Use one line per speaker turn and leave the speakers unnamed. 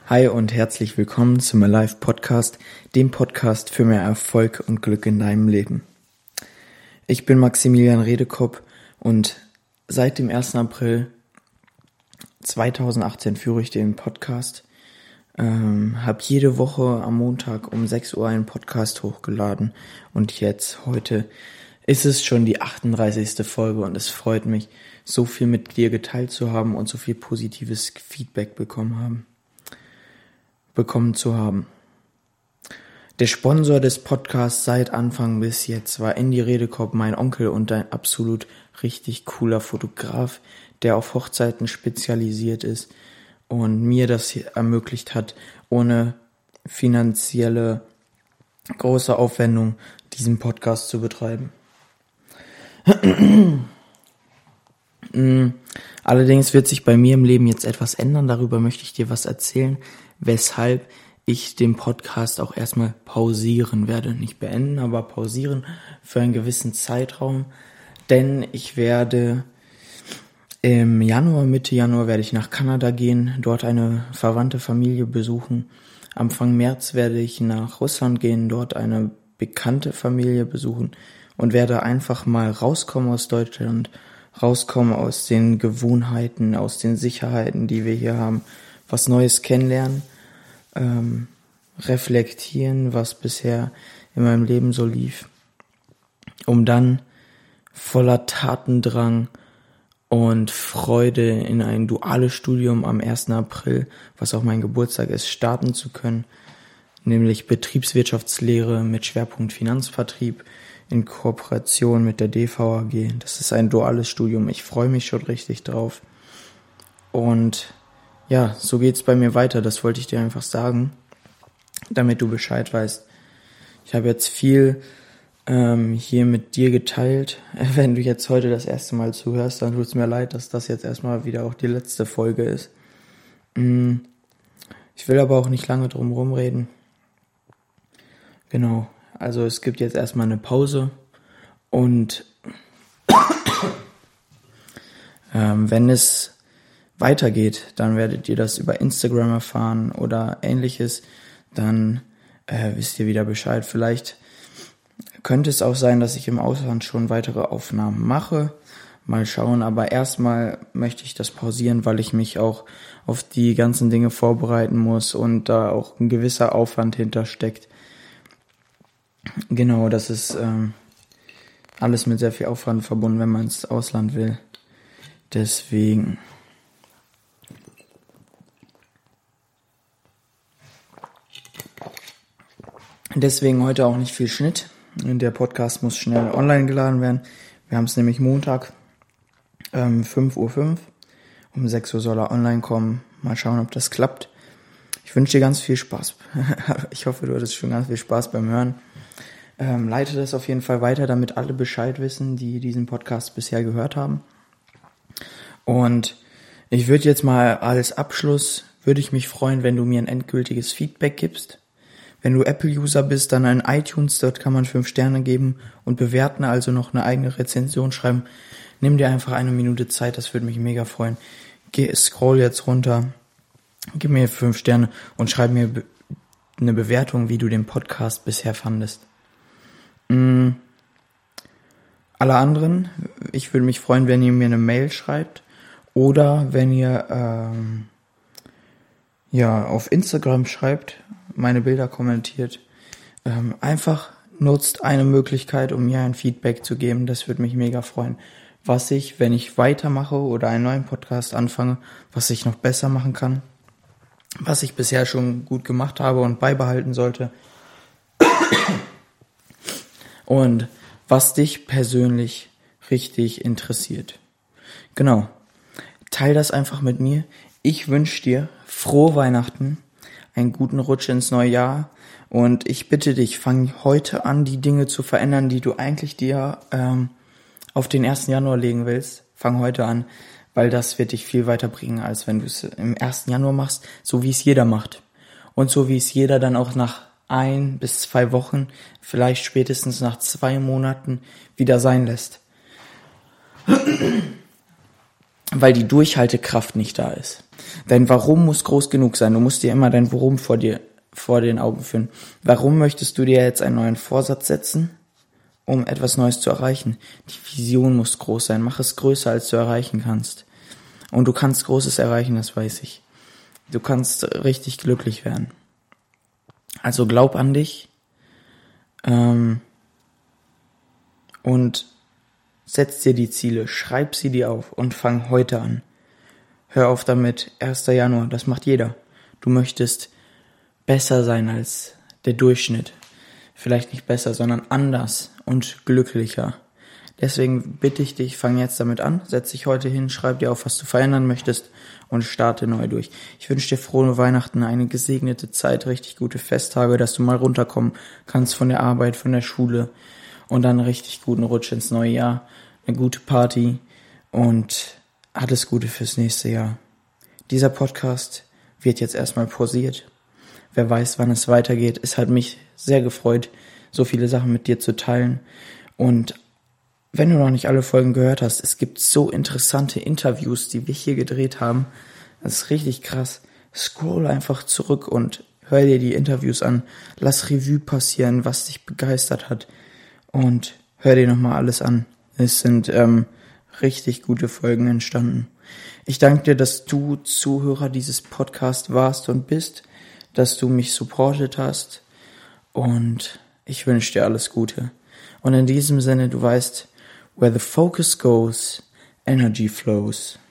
Hi und herzlich willkommen zum Alive Podcast, dem Podcast für mehr Erfolg und Glück in deinem Leben. Ich bin Maximilian Redekopp und seit dem 1. April 2018 führe ich den Podcast. Habe jede Woche am Montag um 6 Uhr einen Podcast hochgeladen und heute ist es schon die 38. Folge und es freut mich, so viel mit dir geteilt zu haben und so viel positives Feedback bekommen zu haben. Der Sponsor des Podcasts seit Anfang bis jetzt war Andy Redekopp, mein Onkel und ein absolut richtig cooler Fotograf, der auf Hochzeiten spezialisiert ist und mir das hier ermöglicht hat, ohne finanzielle große Aufwendung diesen Podcast zu betreiben. Allerdings wird sich bei mir im Leben jetzt etwas ändern, darüber möchte ich dir was erzählen, weshalb ich den Podcast auch erstmal pausieren werde. Nicht beenden, aber pausieren für einen gewissen Zeitraum, denn ich werde im Mitte Januar werde ich nach Kanada gehen, dort eine verwandte Familie besuchen. Anfang März werde ich nach Russland gehen, dort eine bekannte Familie besuchen und werde einfach mal rauskommen aus Deutschland, rauskommen aus den Gewohnheiten, aus den Sicherheiten, die wir hier haben, was Neues kennenlernen, reflektieren, was bisher in meinem Leben so lief, um dann voller Tatendrang und Freude in ein duales Studium am 1. April, was auch mein Geburtstag ist, starten zu können, nämlich Betriebswirtschaftslehre mit Schwerpunkt Finanzvertrieb in Kooperation mit der DVAG. Das ist ein duales Studium, ich freue mich schon richtig drauf. Und ja, so geht's bei mir weiter, das wollte ich dir einfach sagen, damit du Bescheid weißt. Ich habe jetzt viel hier mit dir geteilt. Wenn du jetzt heute das erste Mal zuhörst, dann tut's mir leid, dass das jetzt erstmal wieder auch die letzte Folge ist. Ich will aber auch nicht lange drum rumreden. Genau, also es gibt jetzt erstmal eine Pause und wenn es weitergeht, dann werdet ihr das über Instagram erfahren oder ähnliches, dann wisst ihr wieder Bescheid. Vielleicht könnte es auch sein, dass ich im Ausland schon weitere Aufnahmen mache. Mal schauen, aber erstmal möchte ich das pausieren, weil ich mich auch auf die ganzen Dinge vorbereiten muss und da auch ein gewisser Aufwand hintersteckt. Genau, das ist alles mit sehr viel Aufwand verbunden, wenn man ins Ausland will. Deswegen heute auch nicht viel Schnitt. Der Podcast muss schnell online geladen werden. Wir haben es nämlich Montag, 5:05 Uhr. Um 6 Uhr soll er online kommen. Mal schauen, ob das klappt. Ich wünsche dir ganz viel Spaß. Ich hoffe, du hattest schon ganz viel Spaß beim Hören. Leite das auf jeden Fall weiter, damit alle Bescheid wissen, die diesen Podcast bisher gehört haben. Und ich würde jetzt mal als Abschluss, würde ich mich freuen, wenn du mir ein endgültiges Feedback gibst. Wenn du Apple-User bist, dann in iTunes, dort kann man 5 Sterne geben und bewerten, also noch eine eigene Rezension schreiben. Nimm dir einfach 1 Minute Zeit, das würde mich mega freuen. Scroll jetzt runter, gib mir 5 Sterne und schreib mir eine Bewertung, wie du den Podcast bisher fandest. Alle anderen, ich würde mich freuen, wenn ihr mir eine Mail schreibt oder wenn ihr auf Instagram schreibt, meine Bilder kommentiert. Einfach nutzt eine Möglichkeit, um mir ein Feedback zu geben. Das würde mich mega freuen. Was ich, wenn ich weitermache oder einen neuen Podcast anfange, was ich noch besser machen kann, was ich bisher schon gut gemacht habe und beibehalten sollte. Und was dich persönlich richtig interessiert. Genau. Teil das einfach mit mir. Ich wünsche dir frohe Weihnachten, einen guten Rutsch ins neue Jahr und ich bitte dich, fang heute an, die Dinge zu verändern, die du eigentlich dir auf den 1. Januar legen willst. Fang heute an, weil das wird dich viel weiterbringen, als wenn du es im 1. Januar machst, so wie es jeder macht. Und so wie es jeder dann auch nach 1 bis 2 Wochen, vielleicht spätestens nach 2 Monaten wieder sein lässt. Weil die Durchhaltekraft nicht da ist. Dein Warum muss groß genug sein. Du musst dir immer dein Warum vor den Augen führen. Warum möchtest du dir jetzt einen neuen Vorsatz setzen, um etwas Neues zu erreichen? Die Vision muss groß sein. Mach es größer, als du erreichen kannst. Und du kannst Großes erreichen, das weiß ich. Du kannst richtig glücklich werden. Also glaub an dich und setz dir die Ziele, schreib sie dir auf und fang heute an. Hör auf damit, 1. Januar, das macht jeder. Du möchtest besser sein als der Durchschnitt. Vielleicht nicht besser, sondern anders und glücklicher. Deswegen bitte ich dich, fang jetzt damit an, setz dich heute hin, schreib dir auf, was du verändern möchtest und starte neu durch. Ich wünsche dir frohe Weihnachten, eine gesegnete Zeit, richtig gute Festtage, dass du mal runterkommen kannst von der Arbeit, von der Schule und dann einen richtig guten Rutsch ins neue Jahr, eine gute Party und alles Gute fürs nächste Jahr. Dieser Podcast wird jetzt erstmal pausiert. Wer weiß, wann es weitergeht. Es hat mich sehr gefreut, so viele Sachen mit dir zu teilen. Und wenn du noch nicht alle Folgen gehört hast, es gibt so interessante Interviews, die wir hier gedreht haben. Das ist richtig krass. Scroll einfach zurück und hör dir die Interviews an. Lass Revue passieren, was dich begeistert hat. Und hör dir nochmal alles an. Es sind richtig gute Folgen entstanden. Ich danke dir, dass du Zuhörer dieses Podcasts warst und bist, dass du mich supportet hast und ich wünsche dir alles Gute. Und in diesem Sinne, du weißt, where the focus goes, energy flows.